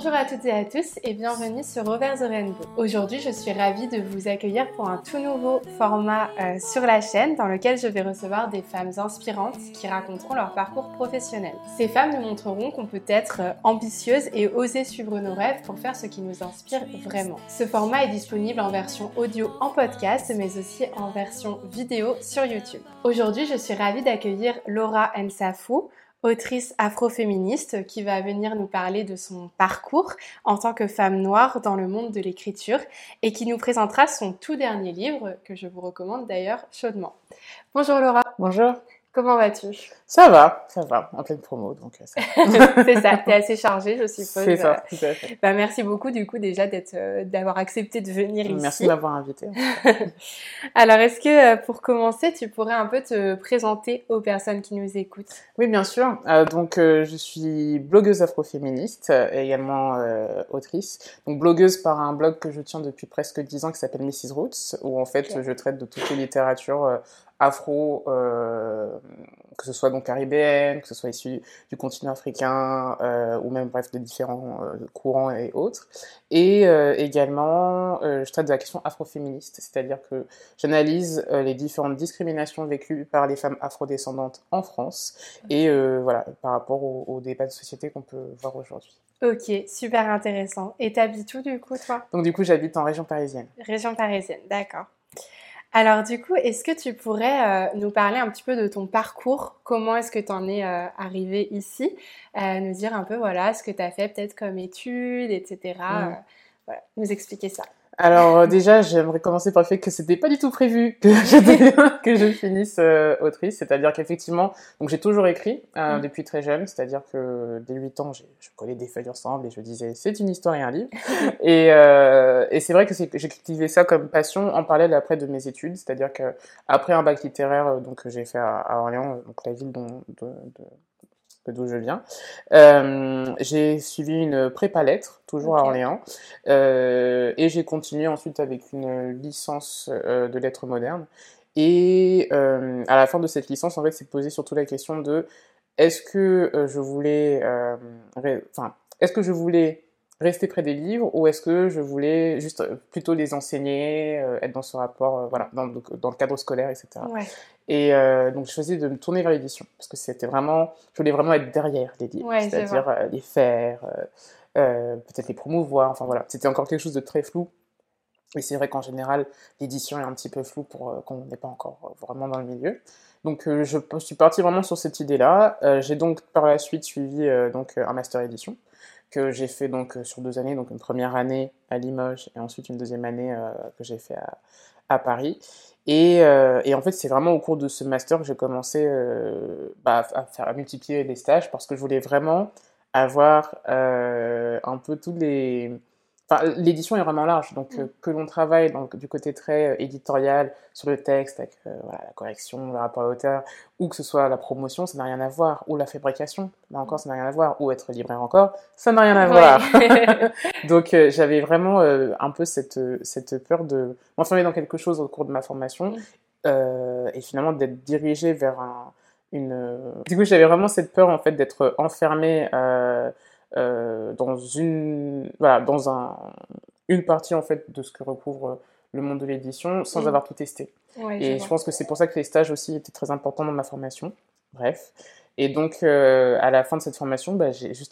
Bonjour à toutes et à tous et bienvenue sur Over the Rainbow. Aujourd'hui, je suis ravie de vous accueillir pour un tout nouveau format sur la chaîne dans lequel je vais recevoir des femmes inspirantes qui raconteront leur parcours professionnel. Ces femmes nous montreront qu'on peut être ambitieuse et oser suivre nos rêves pour faire ce qui nous inspire vraiment. Ce format est disponible en version audio en podcast mais aussi en version vidéo sur YouTube. Aujourd'hui, je suis ravie d'accueillir Laura Nsafou, autrice afroféministe qui va venir nous parler de son parcours en tant que femme noire dans le monde de l'écriture et qui nous présentera son tout dernier livre que je vous recommande d'ailleurs chaudement. Bonjour Laura. Bonjour. Comment vas-tu ? Ça va, en pleine promo, donc ça va. C'est ça, t'es assez chargée, je suppose. C'est ça, tout à fait. Merci beaucoup du coup déjà d'avoir accepté de venir ici. Merci de m'avoir invitée. Alors, est-ce que pour commencer, tu pourrais un peu te présenter aux personnes qui nous écoutent ? Oui, bien sûr. Je suis blogueuse afroféministe et également autrice. Donc blogueuse par un blog que je tiens depuis presque 10 ans qui s'appelle Mrs. Roots, où en fait je traite de toutes les littératures afro, que ce soit donc caribéenne, que ce soit issu du continent africain, ou même bref de différents courants et autres. Et également, je traite de la question afroféministe, c'est-à-dire que j'analyse les différentes discriminations vécues par les femmes afrodescendantes en France, et voilà, par rapport aux débats de société qu'on peut voir aujourd'hui. Ok, super intéressant. Et t'habites où du coup, toi ? Donc du coup, j'habite en région parisienne. Région parisienne, d'accord. Alors du coup, est-ce que tu pourrais nous parler un petit peu de ton parcours ? Comment est-ce que tu en es arrivée ici ? Nous dire un peu voilà, ce que tu as fait peut-être comme études, etc. Voilà, nous expliquer ça. Alors déjà, j'aimerais commencer par le fait que c'était pas du tout prévu que je finisse autrice, c'est-à-dire qu'effectivement, donc j'ai toujours écrit depuis très jeune, c'est-à-dire que dès 8 ans, je collais des feuilles ensemble et je disais c'est une histoire et un livre. Et c'est vrai que j'ai cultivé ça comme passion en parallèle après de mes études, c'est-à-dire que après un bac littéraire donc que j'ai fait à Orléans, donc la ville d'où je viens. J'ai suivi une prépa lettres, toujours à Orléans, et j'ai continué ensuite avec une licence de lettres modernes. Et à la fin de cette licence, en fait, c'est posé surtout la question de est-ce que je voulais, est-ce que je voulais rester près des livres ou est-ce que je voulais juste plutôt les enseigner, être dans ce rapport, voilà, dans le cadre scolaire, etc. Ouais. Et donc, je choisis de me tourner vers l'édition parce que c'était vraiment, je voulais vraiment être derrière les livres, c'est-à-dire les faire, peut-être les promouvoir, enfin voilà, c'était encore quelque chose de très flou. Et c'est vrai qu'en général, l'édition est un petit peu floue pour qu'on n'est pas encore vraiment dans le milieu. Donc, je suis partie vraiment sur cette idée-là. J'ai donc par la suite suivi donc un master édition que j'ai fait donc sur 2 années, donc une première année à Limoges et ensuite une deuxième année que j'ai fait à Paris. Et en fait, c'est vraiment au cours de ce master que j'ai commencé à multiplier les stages parce que je voulais vraiment avoir un peu tous les... Enfin, l'édition est vraiment large, donc que l'on travaille donc, du côté très éditorial sur le texte, avec voilà, la correction, le rapport à l'auteur, ou que ce soit la promotion, ça n'a rien à voir, ou la fabrication, là encore, ça n'a rien à voir, ou être libraire encore, ça n'a rien à voir. Donc j'avais vraiment un peu cette peur de m'enfermer dans quelque chose au cours de ma formation, et finalement d'être dirigée vers Du coup, j'avais vraiment cette peur, en fait, d'être enfermée dans une partie en fait de ce que recouvre le monde de l'édition sans avoir tout testé. Et je pense que c'est pour ça que les stages aussi étaient très importants dans ma formation. Bref. Et donc à la fin de cette formation,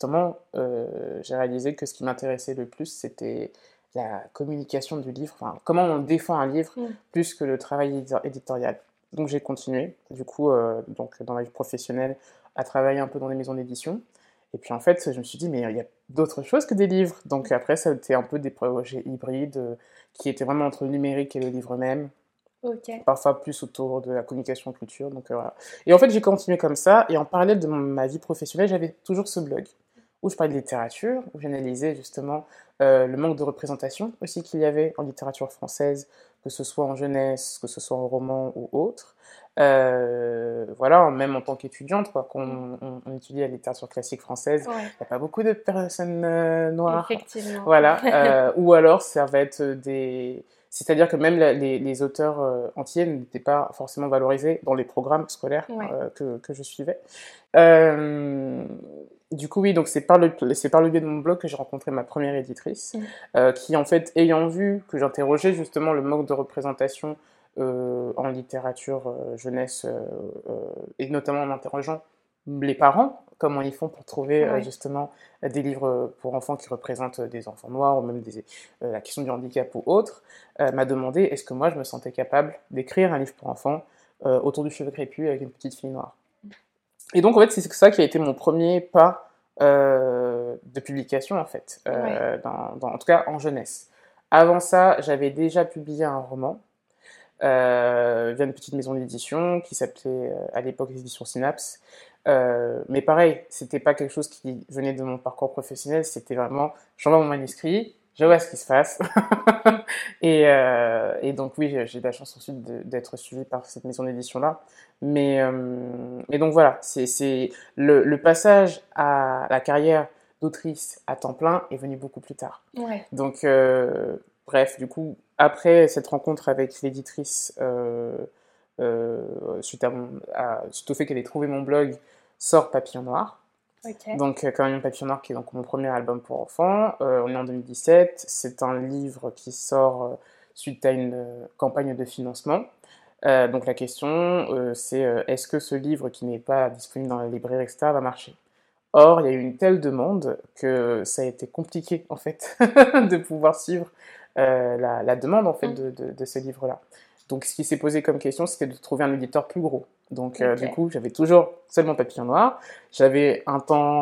j'ai réalisé que ce qui m'intéressait le plus c'était la communication du livre, enfin, comment on défend un livre plus que le travail éditorial. Donc j'ai continué du coup donc dans la vie professionnelle à travailler un peu dans les maisons d'édition. Et puis en fait, je me suis dit, mais il y a d'autres choses que des livres. Donc après, ça a été un peu des projets hybrides qui étaient vraiment entre le numérique et le livre même. Parfois plus autour de la communication culture. Donc voilà. Et en fait, j'ai continué comme ça. Et en parallèle de ma vie professionnelle, j'avais toujours ce blog où je parlais de littérature, où j'analysais justement le manque de représentation aussi qu'il y avait en littérature française, que ce soit en jeunesse, que ce soit en roman ou autre. Voilà, même en tant qu'étudiante, quoi, on étudie la littérature classique française, il n'y a pas beaucoup de personnes noires. Effectivement. Voilà, ou alors ça va être des... C'est-à-dire que même les auteurs entiers n'étaient pas forcément valorisés dans les programmes scolaires que je suivais. Du coup, oui, donc c'est par le biais de mon blog que j'ai rencontré ma première éditrice, qui, en fait, ayant vu que j'interrogeais justement le manque de représentation en littérature jeunesse, et notamment en interrogeant les parents, comment ils font pour trouver justement des livres pour enfants qui représentent des enfants noirs, ou même la question du handicap ou autre, m'a demandé est-ce que moi je me sentais capable d'écrire un livre pour enfants autour du cheveu crépus avec une petite fille noire. Et donc, en fait, c'est ça qui a été mon premier pas de publication, en fait, en tout cas en jeunesse. Avant ça, j'avais déjà publié un roman via une petite maison d'édition qui s'appelait à l'époque les éditions Synapse. Mais pareil, c'était pas quelque chose qui venait de mon parcours professionnel, c'était vraiment, j'envoie mon manuscrit, je vois ce qui se passe. et donc oui, j'ai de la chance ensuite d'être suivi par cette maison d'édition-là. Mais donc voilà, c'est le passage à la carrière d'autrice à temps plein est venu beaucoup plus tard. Ouais. Donc bref, du coup, après cette rencontre avec l'éditrice, suite au fait qu'elle ait trouvé mon blog, sort Papillon Noir. Okay. Donc, Coriandre Papillon Noir, qui est donc mon premier album pour enfants. On est en 2017. C'est un livre qui sort suite à une campagne de financement. Donc, la question, c'est est-ce que ce livre, qui n'est pas disponible dans la librairie, etc., va marcher? Or, il y a eu une telle demande que ça a été compliqué, en fait, de pouvoir suivre la demande, en fait, de ce livre-là. Donc, ce qui s'est posé comme question, c'était de trouver un éditeur plus gros. Donc, du coup, j'avais toujours seulement Papillon Noir. J'avais un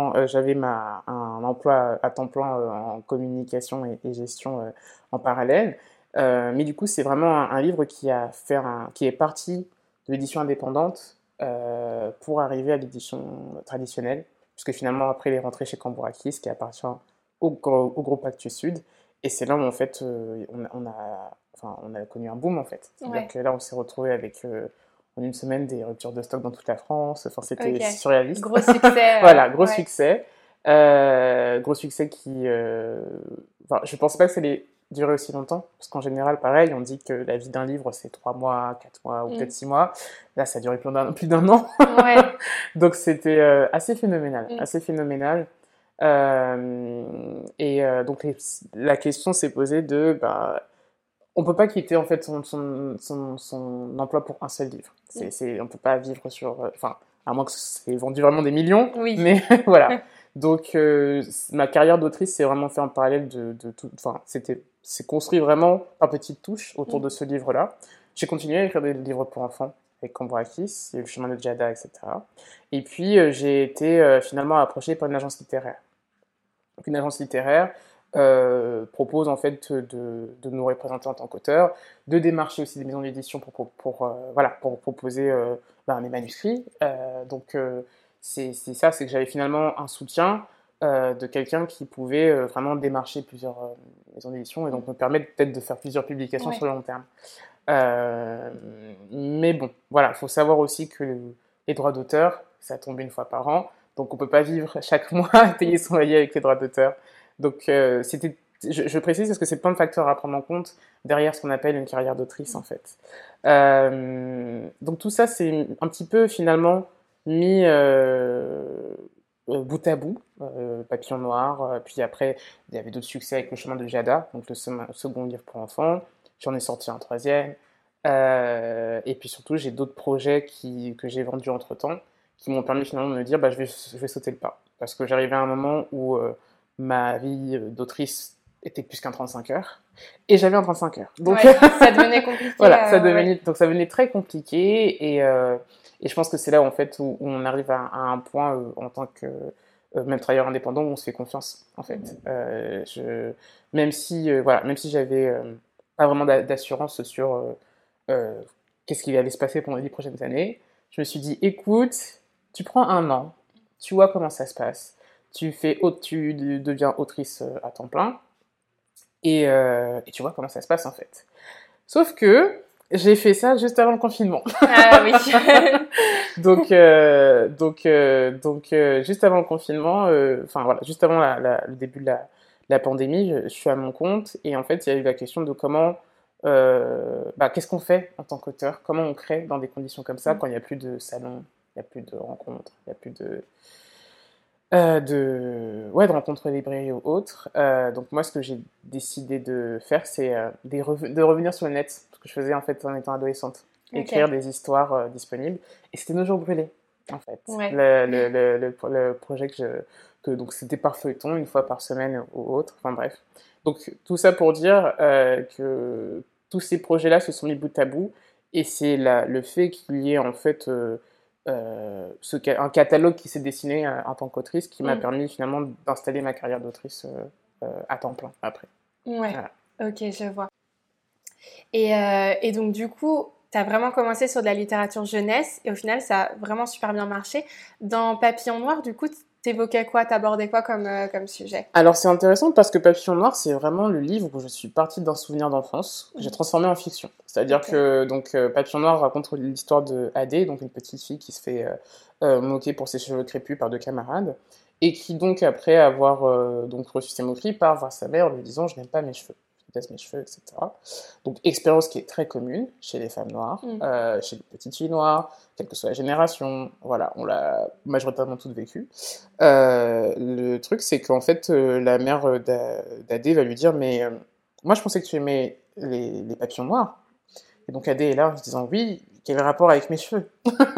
emploi à temps plein en communication et gestion en parallèle. Mais du coup, c'est vraiment un livre qui est parti de l'édition indépendante pour arriver à l'édition traditionnelle, puisque finalement, après, il est rentré chez Cambourakis, qui appartient au groupe Actes Sud. Et c'est là où, en fait, on a connu un boom, en fait. C'est-à-dire que là, on s'est retrouvé avec, en une semaine, des ruptures de stock dans toute la France. Enfin, c'était surréaliste. Gros succès. Voilà, gros succès. Gros succès qui... je pensais pas que ça allait durer aussi longtemps, parce qu'en général, pareil, on dit que la vie d'un livre, c'est 3 mois, 4 mois, ou peut-être 6 mois. Là, ça a duré plus d'un an. Ouais. Donc, c'était assez phénoménal, assez phénoménal. Donc la question s'est posée de on peut pas quitter en fait son emploi pour un seul livre. On peut pas vivre sur à moins que c'est vendu vraiment des millions, mais voilà. Donc ma carrière d'autrice s'est vraiment fait en parallèle de tout, c'est construit vraiment par petites touches autour de ce livre-là. J'ai continué à écrire des livres pour enfants avec Cambourakis, il y a eu Le chemin de Djada, etc. Et puis j'ai été finalement approché par une agence littéraire. Donc, une agence littéraire propose en fait de nous représenter en tant qu'auteur, de démarcher aussi des maisons d'édition pour proposer mes manuscrits. Donc c'est ça, c'est que j'avais finalement un soutien de quelqu'un qui pouvait vraiment démarcher plusieurs maisons d'édition et donc me permettre peut-être de faire plusieurs publications sur le long terme. Mais bon, voilà, il faut savoir aussi que les droits d'auteur, ça tombe une fois par an. Donc, on ne peut pas vivre chaque mois et payer son loyer avec les droits d'auteur. Donc, je précise parce que c'est plein de facteurs à prendre en compte derrière ce qu'on appelle une carrière d'autrice, en fait. Donc, tout ça, c'est un petit peu, finalement, mis bout à bout. Papillon Noir, puis après, il y avait d'autres succès avec Le chemin de Djada, donc le second livre pour enfants. J'en ai sorti un troisième. Et puis surtout, j'ai d'autres projets que j'ai vendus entre-temps, qui m'ont permis finalement de me dire je vais sauter le pas. Parce que j'arrivais à un moment où ma vie d'autrice était plus qu'un 35 heures. Et j'avais un 35 heures. Donc ça devenait compliqué. Voilà, donc ça devenait très compliqué. Et je pense que c'est là en fait, où on arrive à un point en tant que même travailleur indépendant où on se fait confiance en fait. Même si j'avais pas vraiment d'assurance sur qu'est-ce qui allait se passer pendant les 10 prochaines années, je me suis dit écoute, tu prends un an, tu vois comment ça se passe, tu deviens autrice à temps plein et tu vois comment ça se passe en fait. Sauf que j'ai fait ça juste avant le confinement. Ah oui. donc juste avant le confinement, juste avant le début de la pandémie, je suis à mon compte et en fait il y a eu la question de comment qu'est-ce qu'on fait en tant qu'auteur, comment on crée dans des conditions comme ça quand il n'y a plus de salons, il n'y a plus de rencontres, il n'y a plus de de rencontrer les librairies ou autres. Donc moi, ce que j'ai décidé de faire, c'est de revenir sur le net, ce que je faisais en fait en étant adolescente, écrire des histoires disponibles. Et c'était Nos jours brûlés, en fait. Ouais. Le projet donc c'était par feuilleton, une fois par semaine ou autre. Enfin bref. Donc tout ça pour dire que tous ces projets-là se sont mis bout à bout. Et c'est le fait qu'il y ait en fait un catalogue qui s'est dessiné en tant qu'autrice qui m'a permis finalement d'installer ma carrière d'autrice à temps plein après. Ouais, voilà. Ok, je vois. Et donc du coup, tu as vraiment commencé sur de la littérature jeunesse et au final, ça a vraiment super bien marché. Dans Papillon Noir, du coup, t'évoquais quoi, t'abordais quoi comme sujet? Alors c'est intéressant parce que Papillon Noir, c'est vraiment le livre où je suis partie d'un souvenir d'enfance que j'ai transformé en fiction. C'est-à-dire que donc, Papillon Noir raconte l'histoire de Adé, donc une petite fille qui se fait moquer pour ses cheveux crépus par deux camarades et qui donc après avoir donc reçu ses moqueries part voir sa mère en lui disant je n'aime pas mes cheveux. Mes cheveux, etc. Donc, expérience qui est très commune chez les femmes noires, chez les petites filles noires, quelle que soit la génération. Voilà, on l'a majoritairement toutes vécu. Le truc, c'est qu'en fait, la mère d'Adé va lui dire mais moi, je pensais que tu aimais les papillons noirs. Et donc, Adé est là en se disant oui, quel rapport avec mes cheveux?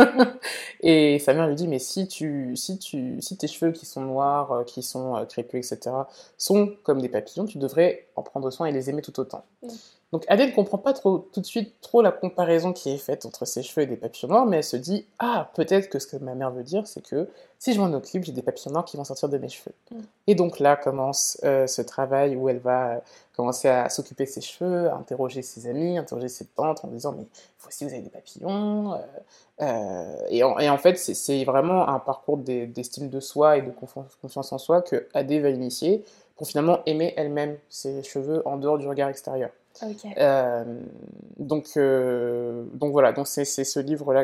Et sa mère lui dit mais si tes cheveux qui sont noirs, qui sont crépus, etc., sont comme des papillons, tu devrais en prendre soin et les aimer tout autant. Donc Adèle ne comprend pas tout de suite la comparaison qui est faite entre ses cheveux et des papillons noirs, mais elle se dit ah, peut-être que ce que ma mère veut dire, c'est que si je m'en occupe, j'ai des papillons noirs qui vont sortir de mes cheveux. Et donc là commence ce travail où elle va commencer à s'occuper de ses cheveux, à interroger ses amis, interroger ses tantes en disant mais voici vous avez des papillons. Et en fait c'est vraiment un parcours d'estime de soi et de confiance en soi que Adé va initier pour finalement aimer elle-même ses cheveux en dehors du regard extérieur. Okay. Donc voilà, donc c'est ce livre-là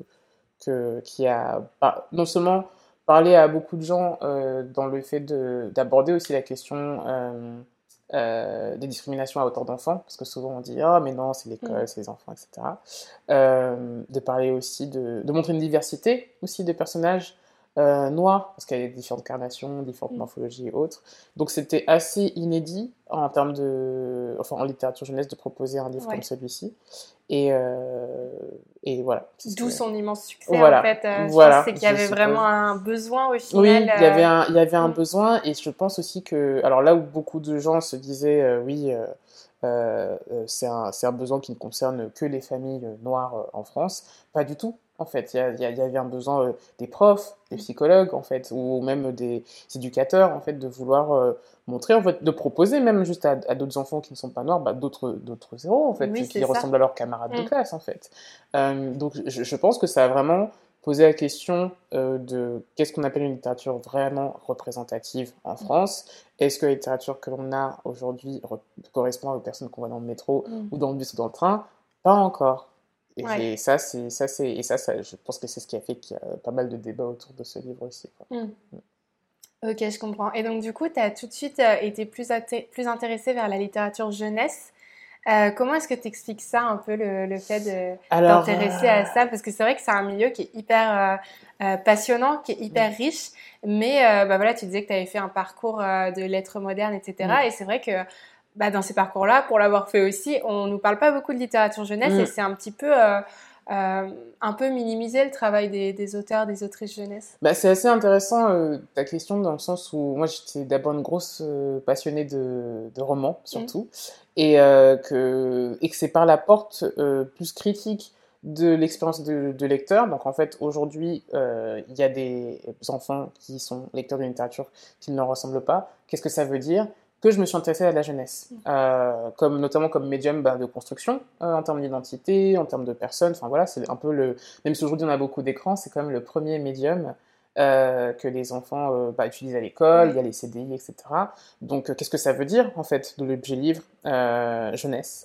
qui a non seulement parlé à beaucoup de gens dans le fait d'aborder aussi la question des discriminations à hauteur d'enfants, parce que souvent on dit ah mais non c'est l'école, c'est les enfants, etc. De parler aussi de montrer une diversité aussi des personnages noirs, parce qu'il y a différentes carnations, différentes morphologies et autres. Donc c'était assez inédit en littérature jeunesse de proposer un livre comme celui-ci. Et voilà. D'où son immense succès en fait. Je pense c'est qu'il y avait vraiment un besoin au final. Oui, il y avait un besoin et je pense aussi que alors là où beaucoup de gens se disaient oui c'est un besoin qui ne concerne que les familles noires en France, pas du tout. En fait, il y avait un besoin des profs, des psychologues, en fait, ou même des éducateurs, en fait, de vouloir montrer, en fait, de proposer même juste à d'autres enfants qui ne sont pas noirs, d'autres héros, en fait, qui ressemblent à leurs camarades de classe, en fait. Donc, je pense que ça a vraiment posé la question de qu'est-ce qu'on appelle une littérature vraiment représentative en France. Est-ce que la littérature que l'on a aujourd'hui correspond aux personnes qu'on voit dans le métro ou dans le bus ou dans le train? Pas encore. Et ça, je pense que c'est ce qui a fait qu'il y a pas mal de débats autour de ce livre aussi. Ok, je comprends. Et donc, du coup, tu as tout de suite été plus intéressée vers la littérature jeunesse. Comment est-ce que tu expliques ça un peu, le fait d'intéresser à ça? Parce que c'est vrai que c'est un milieu qui est hyper passionnant, qui est hyper riche. Mais voilà, tu disais que tu avais fait un parcours de lettres modernes, etc. Et c'est vrai que dans ces parcours-là, pour l'avoir fait aussi, on nous parle pas beaucoup de littérature jeunesse et c'est un petit peu minimisé le travail des auteurs, des autrices jeunesse. C'est assez intéressant ta question dans le sens où moi j'étais d'abord une grosse passionnée de romans surtout et que c'est par la porte plus critique de l'expérience de lecteur. Donc en fait aujourd'hui il y a des enfants qui sont lecteurs de littérature qui ne leur ressemblent pas. Qu'est-ce que ça veut dire? Que je me suis intéressée à la jeunesse, notamment comme médium de construction, en termes d'identité, en termes de personnes, enfin voilà, c'est un peu même si aujourd'hui on a beaucoup d'écrans, c'est quand même le premier médium que les enfants utilisent à l'école, il y a les CDI, etc. Donc qu'est-ce que ça veut dire en fait de l'objet livre jeunesse?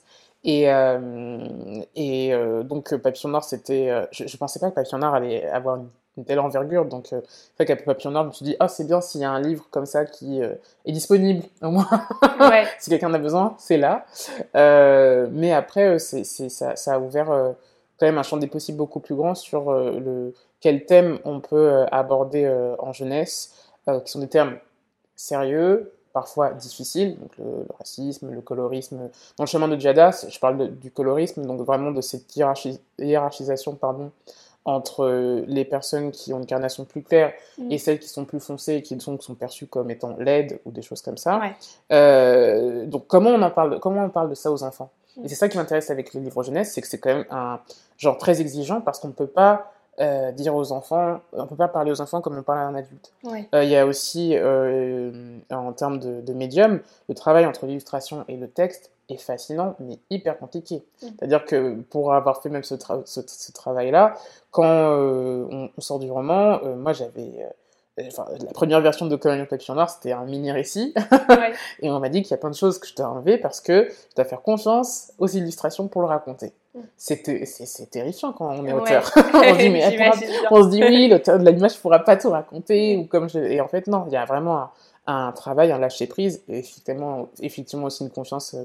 Donc Papillon Noir, c'était... je pensais pas que Papillon Noir allait avoir une telle envergure, donc c'est vrai qu'à Papillon Noir, je me suis dit, c'est bien s'il y a un livre comme ça qui est disponible, au moins, si quelqu'un en a besoin, c'est là. Mais après, ça a ouvert quand même un champ des possibles beaucoup plus grand sur quel thème on peut aborder en jeunesse, qui sont des termes sérieux, parfois difficiles, donc le racisme, le colorisme. Dans le chemin de Djada, je parle du colorisme, donc vraiment de cette hiérarchisation, pardon, entre les personnes qui ont une carnation plus claire et celles qui sont plus foncées et qui sont perçues comme étant laides ou des choses comme ça. Donc comment on parle de ça aux enfants? Et c'est ça qui m'intéresse avec les livres jeunesse, c'est que c'est quand même un genre très exigeant parce qu'on ne peut pas dire aux enfants, on peut pas parler aux enfants comme on parle à un adulte. Il y a aussi, en termes de médium, le travail entre l'illustration et le texte est fascinant, mais hyper compliqué. C'est-à-dire que pour avoir fait même ce travail-là, quand on sort du roman, moi j'avais... la première version de Colonial Papillon Noir, c'était un mini-récit. Et on m'a dit qu'il y a plein de choses que je dois enlever parce que je dois faire confiance aux illustrations pour le raconter. C'est terrifiant quand on est auteur. On se dit, mais on se dit, oui, l'auteur de l'image ne pourra pas tout raconter. Et en fait, non, il y a vraiment un travail, un lâcher-prise, et effectivement aussi une confiance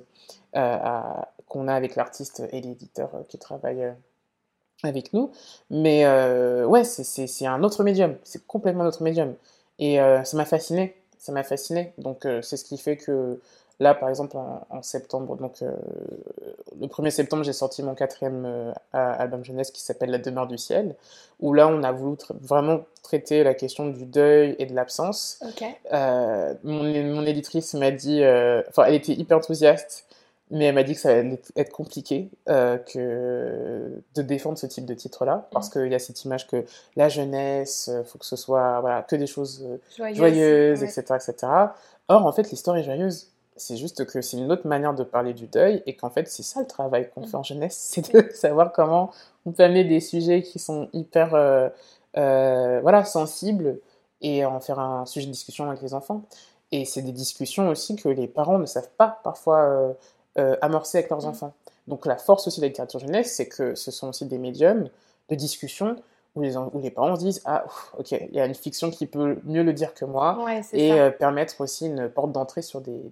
qu'on a avec l'artiste et l'éditeur qui travaille avec nous. Mais ouais, c'est un autre médium, c'est complètement un autre médium. Et ça m'a fasciné, ça m'a fasciné. Donc c'est ce qui fait que là, par exemple, en septembre, donc le 1er septembre, j'ai sorti mon 4e album jeunesse qui s'appelle La demeure du ciel, où là, on a voulu vraiment traiter la question du deuil et de l'absence. Mon éditrice m'a dit, enfin, elle était hyper enthousiaste, mais elle m'a dit que ça allait être compliqué de défendre ce type de titre-là, parce qu'il y a cette image que la jeunesse, faut que ce soit voilà, que des choses joyeuses, etc., etc. Or, en fait, l'histoire est joyeuse. C'est juste que c'est une autre manière de parler du deuil, et qu'en fait, c'est ça le travail qu'on fait en jeunesse, c'est de savoir comment on peut amener des sujets qui sont hyper voilà, sensibles, et en faire un sujet de discussion avec les enfants. Et c'est des discussions aussi que les parents ne savent pas parfois amorcer avec leurs enfants. Donc la force aussi de la littérature jeunesse, c'est que ce sont aussi des médiums de discussion où les parents se disent « Ah, ok, il y a une fiction qui peut mieux le dire que moi », et permettre aussi une porte d'entrée sur des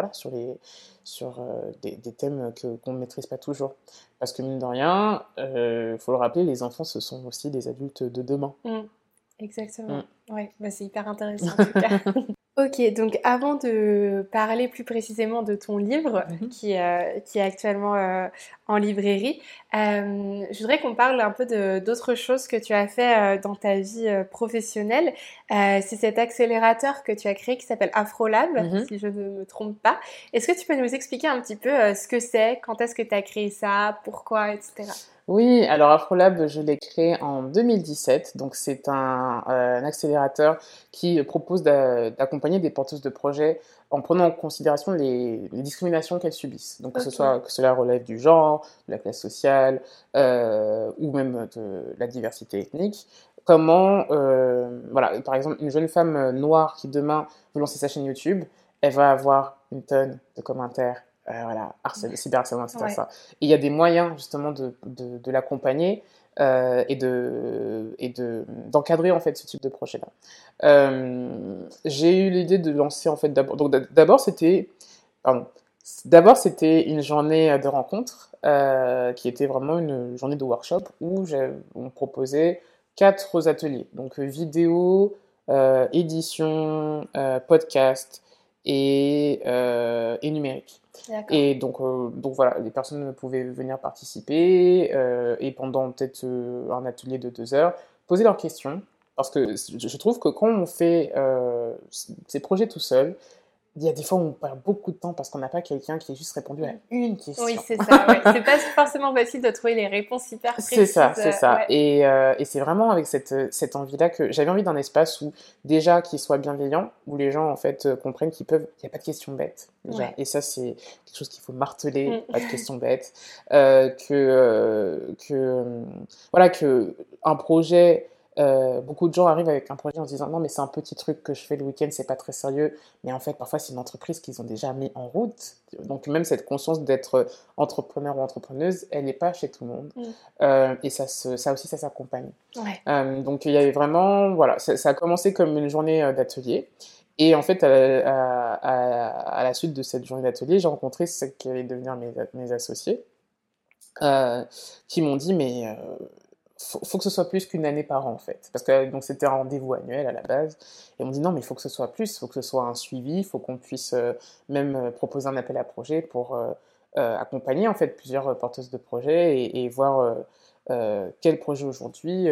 thèmes qu'on ne maîtrise pas toujours. Parce que mine de rien, faut le rappeler, les enfants, ce sont aussi des adultes de demain. Exactement. Ouais, bah c'est hyper intéressant en tout cas. Ok, donc avant de parler plus précisément de ton livre qui est actuellement en librairie, je voudrais qu'on parle un peu d'autres choses que tu as fait dans ta vie professionnelle. C'est cet accélérateur que tu as créé qui s'appelle Afrolab, si je ne me trompe pas. Est-ce que tu peux nous expliquer un petit peu ce que c'est, quand est-ce que tu as créé ça, pourquoi, etc. Oui, alors Afrolab, je l'ai créé en 2017, donc c'est un accélérateur qui propose d'accompagner des porteuses de projets en prenant en considération les discriminations qu'elles subissent. Donc que cela relève du genre, de la classe sociale ou même de la diversité ethnique. Comment, voilà, par exemple, une jeune femme noire qui demain veut lancer sa chaîne YouTube, elle va avoir une tonne de commentaires, voilà, cyberharcèlement, etc. Ça. Et il y a des moyens justement de l'accompagner et d'encadrer en fait ce type de projet-là. J'ai eu l'idée de lancer en fait d'abord c'était une journée de rencontre qui était vraiment une journée de workshop où on proposait 4 ateliers, donc vidéo, édition, podcast et numérique. Et donc voilà, les personnes pouvaient venir participer et pendant peut-être un atelier de 2 heures, poser leurs questions. Parce que je trouve que quand on fait ces projets tout seul, il y a des fois où on perd beaucoup de temps parce qu'on n'a pas quelqu'un qui ait juste répondu à une question. Oui, c'est ça. Ouais. C'est pas forcément facile de trouver les réponses hyper précises. C'est ça. Ouais. Et c'est vraiment avec cette envie-là que j'avais envie d'un espace où déjà qui soit bienveillant, où les gens en fait comprennent qu'il n'y a pas de questions bêtes. Déjà. Ouais. Et ça, c'est quelque chose qu'il faut marteler, pas de questions bêtes. Voilà, que un projet... beaucoup de gens arrivent avec un projet en se disant non mais c'est un petit truc que je fais le week-end, c'est pas très sérieux, mais en fait parfois c'est une entreprise qu'ils ont déjà mis en route, donc même cette conscience d'être entrepreneur ou entrepreneuse, elle n'est pas chez tout le monde. Et ça aussi ça s'accompagne. Donc il y avait vraiment, voilà, ça a commencé comme une journée d'atelier, et en fait à la suite de cette journée d'atelier, j'ai rencontré ceux qui allaient devenir mes associés, qui m'ont dit mais faut que ce soit plus qu'une année par an, en fait. Parce que donc c'était un rendez-vous annuel à la base. Et on dit non, mais il faut que ce soit plus, il faut que ce soit un suivi, il faut qu'on puisse même proposer un appel à projet pour accompagner, en fait, plusieurs porteuses de projets et voir quel projet aujourd'hui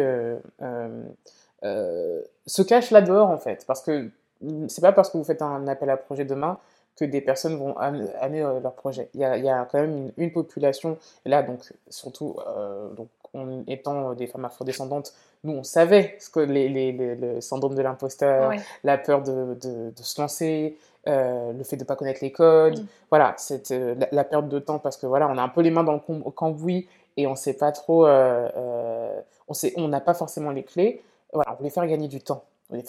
se cache là dehors, en fait. Parce que c'est pas parce que vous faites un appel à projet demain que des personnes vont amener leur projet. Il y a quand même une population, et là, donc, surtout, donc, en étant des femmes afrodescendantes, nous, on savait ce que le syndrome de l'imposteur, Ouais. la peur de se lancer, le fait de ne pas connaître les codes, voilà, la perte de temps, parce que voilà, on a un peu les mains dans le cambouis et on sait pas trop, on n'a pas forcément les clés. Voilà, on voulait faire gagner du temps.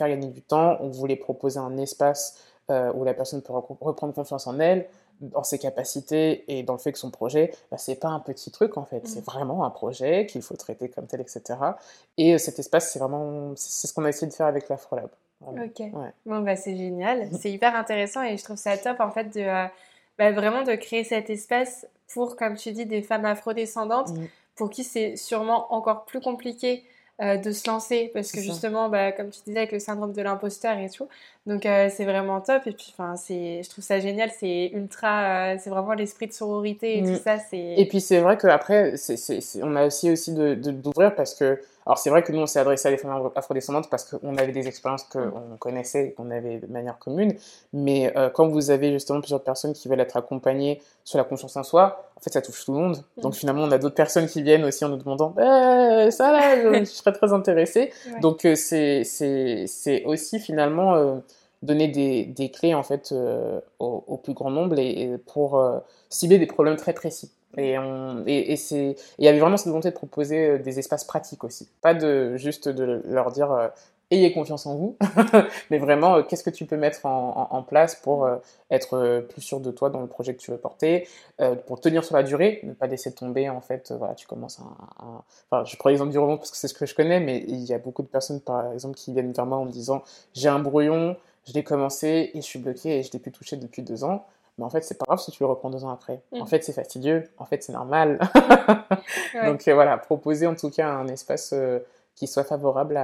On voulait proposer un espace où la personne peut reprendre confiance en elle, dans ses capacités et dans le fait que son projet, c'est pas un petit truc en fait, c'est vraiment un projet qu'il faut traiter comme tel, etc. Et cet espace, c'est ce qu'on a essayé de faire avec l'Afrolab. Vraiment. Ok, ouais. Bon bah c'est génial, c'est hyper intéressant et je trouve ça top en fait de vraiment de créer cet espace pour, comme tu dis, des femmes afrodescendantes, pour qui c'est sûrement encore plus compliqué de se lancer parce que justement comme tu disais avec le syndrome de l'imposteur et tout, donc c'est vraiment top. Et puis je trouve ça génial, c'est ultra c'est vraiment l'esprit de sororité et tout ça, et puis c'est vrai qu'après on a aussi d'ouvrir parce que alors c'est vrai que nous on s'est adressé à des femmes afrodescendantes parce qu'on avait des expériences qu'on connaissait, qu'on avait de manière commune, mais quand vous avez justement plusieurs personnes qui veulent être accompagnées sur la confiance en soi, en fait ça touche tout le monde. Donc finalement on a d'autres personnes qui viennent aussi en nous demandant ça là je serais très intéressée. Donc c'est aussi finalement donner des clés en fait au plus grand nombre et pour cibler des problèmes très précis. Et il y avait vraiment cette volonté de proposer des espaces pratiques aussi. Pas juste de leur dire ayez confiance en vous, mais vraiment qu'est-ce que tu peux mettre en place pour être plus sûr de toi dans le projet que tu veux porter, pour tenir sur la durée, ne pas laisser tomber en fait. Voilà, tu commences Enfin, je prends l'exemple du roman parce que c'est ce que je connais, mais il y a beaucoup de personnes par exemple qui viennent vers moi en me disant j'ai un brouillon, je l'ai commencé et je suis bloquée et je l'ai plus touché depuis 2 ans. Mais en fait, c'est pas grave si tu le reprends 2 ans après. En fait, c'est fastidieux. En fait, c'est normal. Donc voilà, proposer en tout cas un espace qui soit favorable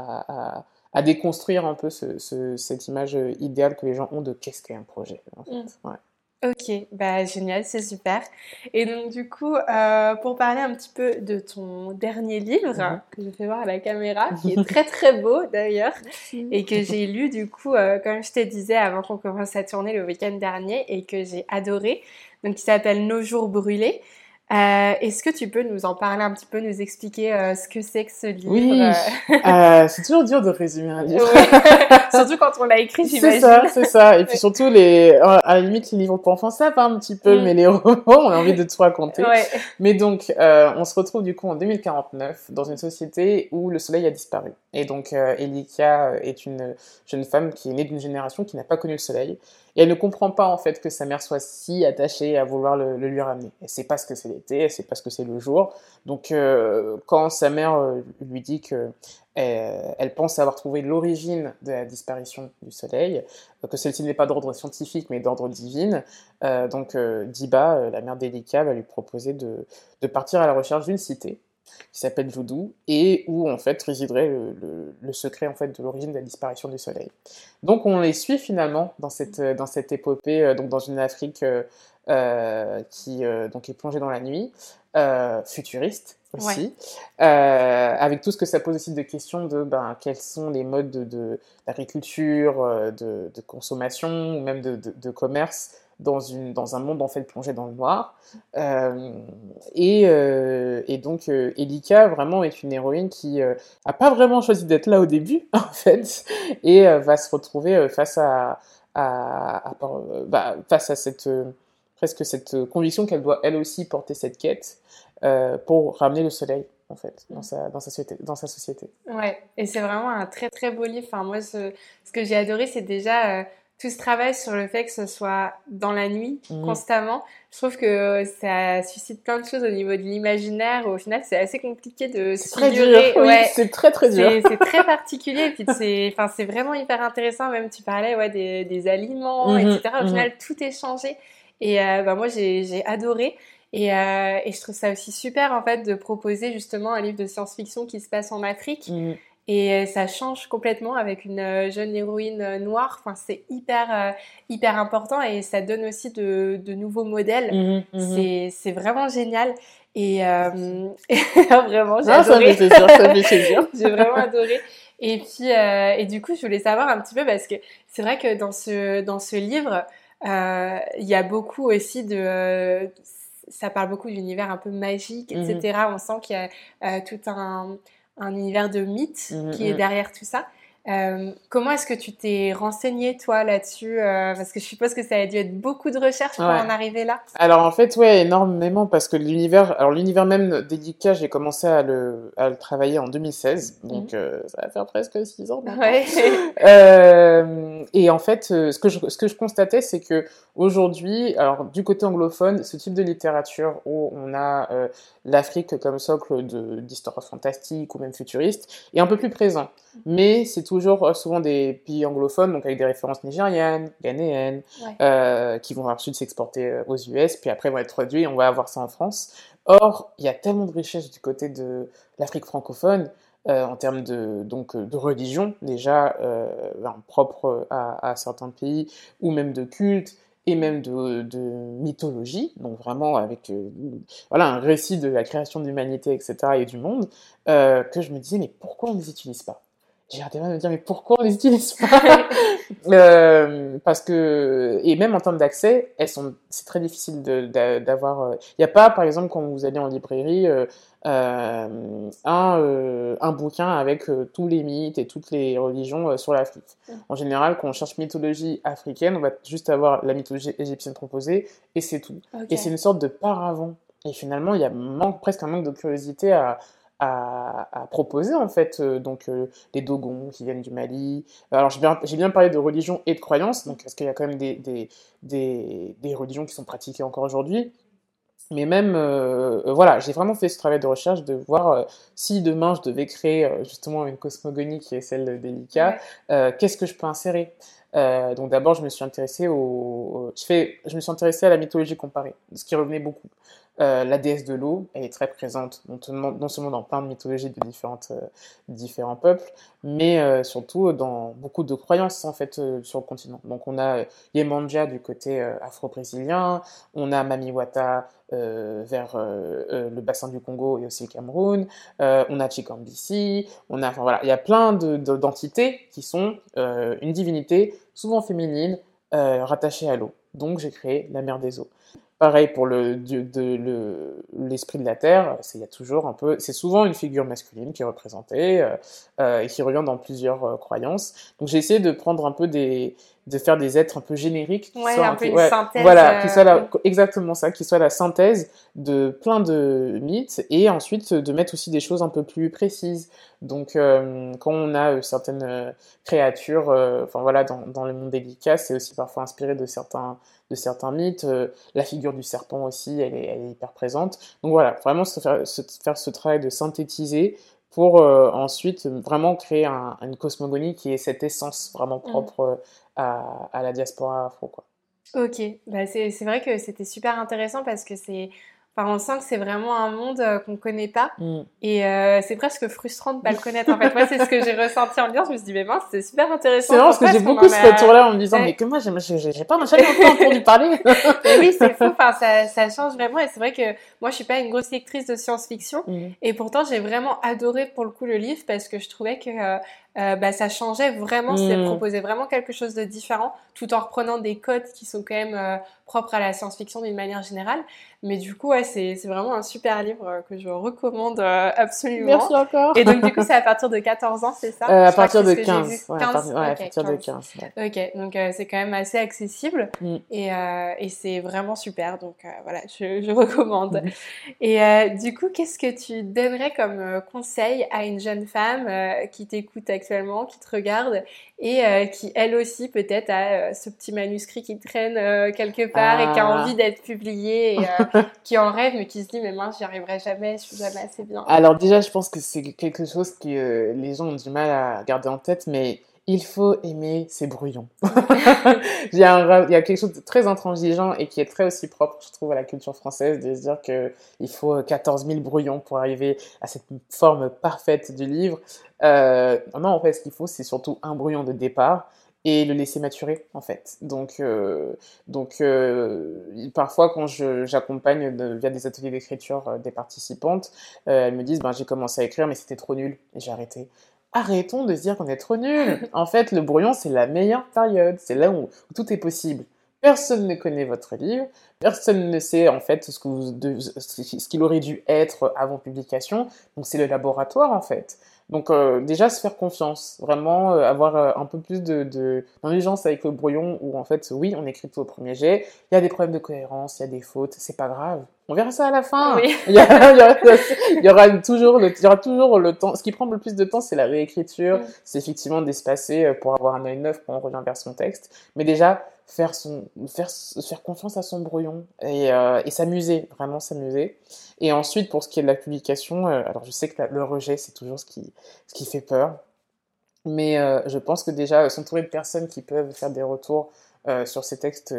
à déconstruire un peu cette image idéale que les gens ont de qu'est-ce qu'est un projet. En fait. Ok, bah génial, c'est super. Et donc du coup, pour parler un petit peu de ton dernier livre, que je fais voir à la caméra, qui est très très beau d'ailleurs, et que j'ai lu du coup, comme je te disais avant qu'on commence à tourner le week-end dernier, et que j'ai adoré, donc qui s'appelle Nos jours brûlés. Est-ce que tu peux nous en parler un petit peu, nous expliquer ce que c'est que ce livre? Oui, c'est toujours dur de résumer un livre. Surtout quand on l'a écrit, j'imagine. C'est ça. Et puis surtout, à la limite, les livres pour enfants, ça va un petit peu, mais les romans, on a envie de tout raconter. Mais donc, on se retrouve du coup en 2049 dans une société où le soleil a disparu. Et donc, Elika est une jeune femme qui est née d'une génération qui n'a pas connu le soleil. Et elle ne comprend pas en fait que sa mère soit si attachée à vouloir le lui ramener. Elle ne sait pas ce que c'est l'été, elle ne sait pas ce que c'est le jour. Donc quand sa mère lui dit que elle pense avoir trouvé l'origine de la disparition du soleil, que celle-ci n'est pas d'ordre scientifique mais d'ordre divin, donc Diba, la mère d'Elika, va lui proposer de partir à la recherche d'une cité qui s'appelle Voodoo, et où en fait résiderait le secret en fait de l'origine de la disparition du soleil. Donc on les suit finalement dans cette épopée, donc dans une Afrique qui donc est plongée dans la nuit, futuriste aussi, avec tout ce que ça pose aussi de questions de quels sont les modes d'agriculture, de consommation, ou même de commerce dans un monde en fait plongé dans le noir. Et donc Elika vraiment est une héroïne qui a pas vraiment choisi d'être là au début en fait, et va se retrouver face à cette conviction qu'elle doit elle aussi porter cette quête pour ramener le soleil en fait dans sa société. Ouais, et c'est vraiment un très très beau livre. Enfin moi ce que j'ai adoré, c'est déjà tout ce travail sur le fait que ce soit dans la nuit, constamment. Je trouve que ça suscite plein de choses au niveau de l'imaginaire. Au final, c'est assez compliqué de se figurer. Oui, c'est très très dur. C'est très particulier. Et puis c'est vraiment hyper intéressant. Même tu parlais des aliments, etc. Au final, tout est changé. Et moi, j'ai adoré. Et je trouve ça aussi super, en fait, de proposer justement un livre de science-fiction qui se passe en Afrique. Et ça change complètement avec une jeune héroïne noire. Enfin, c'est hyper important et ça donne aussi de nouveaux modèles. C'est vraiment génial. Et vraiment, j'ai adoré. Ça me fait plaisir. J'ai vraiment adoré. Et puis, et du coup, je voulais savoir un petit peu parce que c'est vrai que dans ce livre, il y a beaucoup aussi ça parle beaucoup d'univers un peu magique, etc. On sent qu'il y a tout un univers de mythes qui est derrière tout ça. Comment est-ce que tu t'es renseignée, toi, là-dessus parce que je suppose que ça a dû être beaucoup de recherches pour en arriver là. Alors, en fait, ouais, énormément, parce que l'univers même d'Elika, j'ai commencé à le travailler en 2016, donc ça va faire presque 6 ans maintenant. Ouais. Et en fait, ce que je constatais, c'est que aujourd'hui, alors du côté anglophone, ce type de littérature où on a l'Afrique comme socle d'histoire fantastique ou même futuriste est un peu plus présent. Mais c'est toujours souvent des pays anglophones, donc avec des références nigérianes, ghanéennes, qui vont ensuite s'exporter aux US, puis après vont être traduits et on va avoir ça en France. Or, il y a tellement de richesses du côté de l'Afrique francophone, en termes de religion, déjà propre à certains pays, ou même de culte, et même de mythologie, donc vraiment avec un récit de la création de l'humanité, etc., et du monde, que je me disais, mais pourquoi on ne les utilise pas ? J'ai arrêté de me dire, mais pourquoi on les utilise pas? Parce que, et même en termes d'accès, c'est très difficile d'avoir, il n'y a pas, par exemple, quand vous allez en librairie, un bouquin avec tous les mythes et toutes les religions sur l'Afrique. En général, quand on cherche mythologie africaine, on va juste avoir la mythologie égyptienne proposée, et c'est tout. Et c'est une sorte de paravent. Et finalement, il y a presque un manque de curiosité à proposer, en fait, les Dogons qui viennent du Mali. Alors j'ai bien parlé de religion et de croyance, donc parce qu'il y a quand même des religions qui sont pratiquées encore aujourd'hui, mais même j'ai vraiment fait ce travail de recherche de voir si demain je devais créer justement une cosmogonie qui est celle d'Elika, qu'est-ce que je peux insérer. Donc d'abord je me suis intéressée je me suis intéressée à la mythologie comparée, ce qui revenait beaucoup. La déesse de l'eau, elle est très présente, non seulement dans plein de mythologies de différents peuples, mais surtout dans beaucoup de croyances en fait sur le continent. Donc on a Yemanja du côté afro-brésilien, on a Mamiwata vers le bassin du Congo et aussi le Cameroun, on a Chikambisi, il y a plein d'entités qui sont une divinité, souvent féminine, rattachée à l'eau. Donc j'ai créé la mère des eaux. Pareil pour l'esprit de la terre, c'est souvent une figure masculine qui est représentée et qui revient dans plusieurs croyances. Donc j'ai essayé de prendre un peu de faire des êtres un peu génériques, une synthèse. Voilà, qui soit exactement ça, qui soit la synthèse de plein de mythes et ensuite de mettre aussi des choses un peu plus précises. Donc quand on a certaines créatures, dans le monde délicat, c'est aussi parfois inspiré de certains mythes. La figure du serpent aussi, elle est hyper présente. Donc voilà, vraiment faire ce travail de synthétiser pour ensuite vraiment créer une cosmogonie qui ait cette essence vraiment propre à la diaspora afro, quoi. Ok, c'est vrai que c'était super intéressant parce que on sent que c'est vraiment un monde qu'on connaît pas et c'est presque frustrant de pas le connaître. En fait, moi, c'est ce que j'ai ressenti en lisant. Je me suis dit, mais mince, c'est super intéressant. C'est marrant parce que j'ai beaucoup ce retour-là en me disant, mais que moi, j'ai jamais entendu parler. Mais oui, c'est fou. Ça change vraiment et c'est vrai que moi, je suis pas une grosse lectrice de science-fiction et pourtant, j'ai vraiment adoré pour le coup le livre parce que je trouvais que ça changeait vraiment, ça proposait vraiment quelque chose de différent tout en reprenant des codes qui sont quand même propres à la science-fiction d'une manière générale. Mais du coup, c'est vraiment un super livre que je recommande absolument. Merci encore. Et donc, du coup, c'est à partir de 14 ans, c'est ça? À partir de 15. À partir de 15. Ouais. Ok, donc c'est quand même assez accessible et c'est vraiment super. Donc voilà, je recommande. Et du coup, qu'est-ce que tu donnerais comme conseil à une jeune femme qui t'écoute actuellement, qui te regarde et qui, elle aussi, peut-être a ce petit manuscrit qui traîne quelque part et qui a envie d'être publié et qui en rêve mais qui se dit mais mince, j'y arriverai jamais, je suis jamais assez bien. Alors déjà, je pense que c'est quelque chose que les gens ont du mal à garder en tête, mais il faut aimer ses brouillons. Il y a quelque chose de très intransigeant et qui est très aussi propre, je trouve, à la culture française, de se dire qu'il faut 14 000 brouillons pour arriver à cette forme parfaite du livre. Non, en fait, ce qu'il faut, c'est surtout un brouillon de départ et le laisser maturer, en fait. Donc parfois, quand j'accompagne via des ateliers d'écriture des participantes, elles me disent, j'ai commencé à écrire, mais c'était trop nul, et j'ai arrêté. Arrêtons de se dire qu'on est trop nul. En fait, le brouillon, c'est la meilleure période. C'est là où tout est possible. Personne ne connaît votre livre. Personne ne sait, en fait, ce qu'il aurait dû être avant publication. Donc, c'est le laboratoire, en fait. Donc, déjà, se faire confiance. Vraiment, avoir un peu plus d'indulgence avec le brouillon où, en fait, oui, on écrit tout au premier jet. Il y a des problèmes de cohérence, il y a des fautes. C'est pas grave. On verra ça à la fin. Oui. Il y aura toujours le temps. Ce qui prend le plus de temps, c'est la réécriture. C'est effectivement d'espacer pour avoir un œil neuf quand on revient vers son texte. Mais déjà, faire confiance à son brouillon et s'amuser, vraiment s'amuser. Et ensuite, pour ce qui est de la publication, alors je sais que le rejet, c'est toujours ce qui fait peur. Mais je pense que déjà, s'entourer de personnes qui peuvent faire des retours sur ces textes,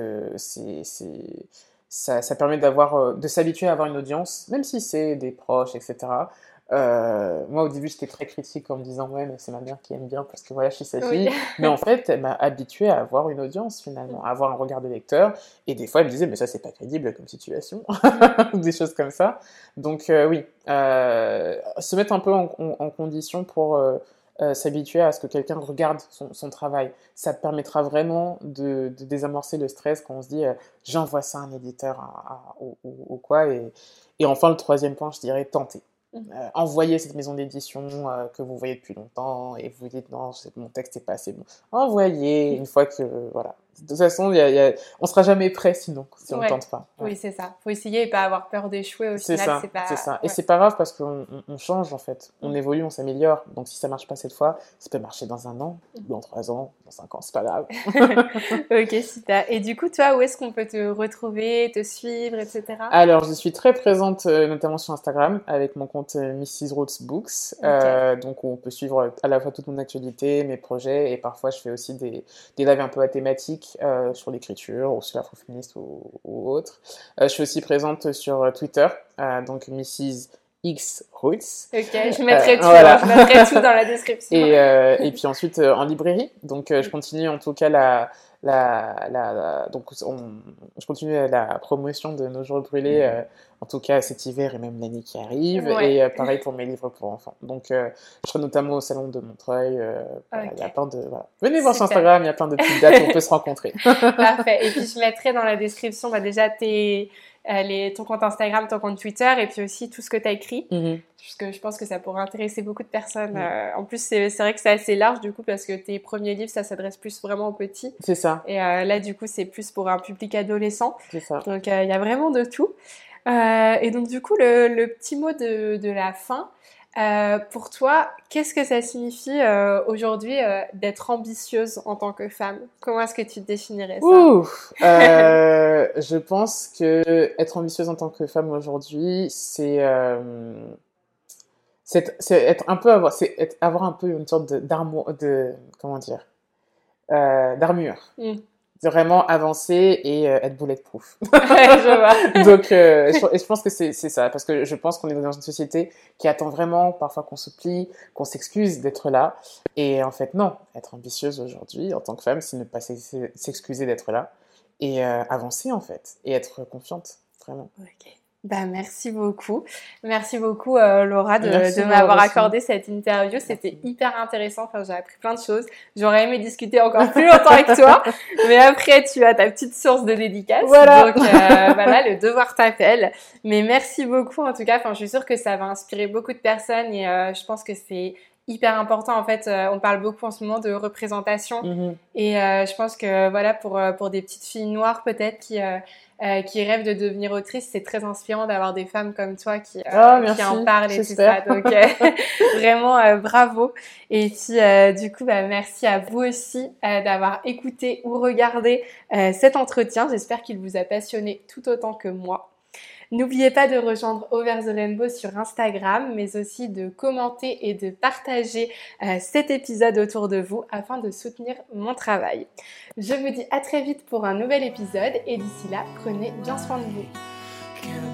ça permet de s'habituer à avoir une audience, même si c'est des proches, etc. Moi, au début, j'étais très critique en me disant « Ouais, mais c'est ma mère qui aime bien parce que voilà, je suis sa fille. » Mais en fait, elle m'a habituée à avoir une audience, finalement, à avoir un regard de lecteur. Et des fois, elle me disait « Mais ça, c'est pas crédible comme situation. » Des choses comme ça. Donc, oui, se mettre un peu en condition pour s'habituer à ce que quelqu'un regarde son travail. Ça permettra vraiment de désamorcer le stress quand on se dit j'envoie ça à un éditeur ou quoi. Et enfin, le troisième point, je dirais tenter. Envoyez cette maison d'édition que vous voyez depuis longtemps et vous dites non, mon texte n'est pas assez bon. Envoyez une fois que voilà. De toute façon, on sera jamais prêt sinon si on ne tente pas. Ouais. Oui, c'est ça. Faut essayer et pas avoir peur d'échouer au final. C'est ça. Et c'est pas grave parce qu'on change en fait. On évolue, on s'améliore. Donc si ça marche pas cette fois, ça peut marcher dans 1 an, dans 3 ans, dans 5 ans, c'est pas grave. Ok, super. Et du coup, toi, où est-ce qu'on peut te retrouver, te suivre, etc. Alors, je suis très présente notamment sur Instagram avec mon compte Mrs. Roots Books. Okay. Donc, on peut suivre à la fois toute mon actualité, mes projets et parfois je fais aussi des lives un peu à thématique sur l'écriture ou sur l'afroféministe ou autre. Je suis aussi présente sur Twitter, donc Mrs. X Roots. Ok, je mettrai tout, voilà. Je mettrai tout dans la description. Et puis ensuite en librairie. Donc je continue en tout cas je continue la promotion de Nos Jours Brûlés, en tout cas cet hiver et même l'année qui arrive. Ouais. Et pareil pour mes livres pour enfants. Donc je serai notamment au salon de Montreuil. Okay. Il y a plein de venez voir sur Instagram, il y a plein de petites dates où on peut se rencontrer. Parfait. Et puis je mettrai dans la description déjà ton compte Instagram, ton compte Twitter et puis aussi tout ce que tu as écrit. Parce que je pense que ça pourrait intéresser beaucoup de personnes. En plus, c'est vrai que c'est assez large du coup parce que tes premiers livres, ça s'adresse plus vraiment aux petits. C'est ça. Et là, du coup, c'est plus pour un public adolescent. C'est ça. Donc, il y a vraiment de tout. Et donc, du coup, le petit mot de la fin, pour toi, qu'est-ce que ça signifie aujourd'hui d'être ambitieuse en tant que femme? Comment est-ce que tu te définirais ça? Je pense que être ambitieuse en tant que femme aujourd'hui, c'est avoir un peu une sorte d'armure. Vraiment avancer et être bulletproof. Je vois. Donc, je pense que c'est ça, parce que je pense qu'on est dans une société qui attend vraiment parfois qu'on se plie, qu'on s'excuse d'être là. Et en fait, non. Être ambitieuse aujourd'hui, en tant que femme, c'est ne pas s'excuser d'être là et avancer, en fait, et être confiante, vraiment. Ok. Merci beaucoup. Merci beaucoup, Laura, de m'avoir accordé cette interview. C'était hyper intéressant. Enfin, j'ai appris plein de choses. J'aurais aimé discuter encore plus longtemps avec toi. Mais après, tu as ta petite source de dédicace. Voilà. Donc, voilà, le devoir t'appelle. Mais merci beaucoup, en tout cas. Enfin, je suis sûre que ça va inspirer beaucoup de personnes et je pense que c'est hyper important. En fait, on parle beaucoup en ce moment de représentation. Et je pense que, voilà, pour des petites filles noires, peut-être, qui rêvent de devenir autrice, c'est très inspirant d'avoir des femmes comme toi qui en parlent et tout ça. Donc, vraiment, bravo. Et puis, du coup, merci à vous aussi d'avoir écouté ou regardé cet entretien. J'espère qu'il vous a passionné tout autant que moi. N'oubliez pas de rejoindre Over the Rainbow sur Instagram, mais aussi de commenter et de partager cet épisode autour de vous afin de soutenir mon travail. Je vous dis à très vite pour un nouvel épisode et d'ici là, prenez bien soin de vous.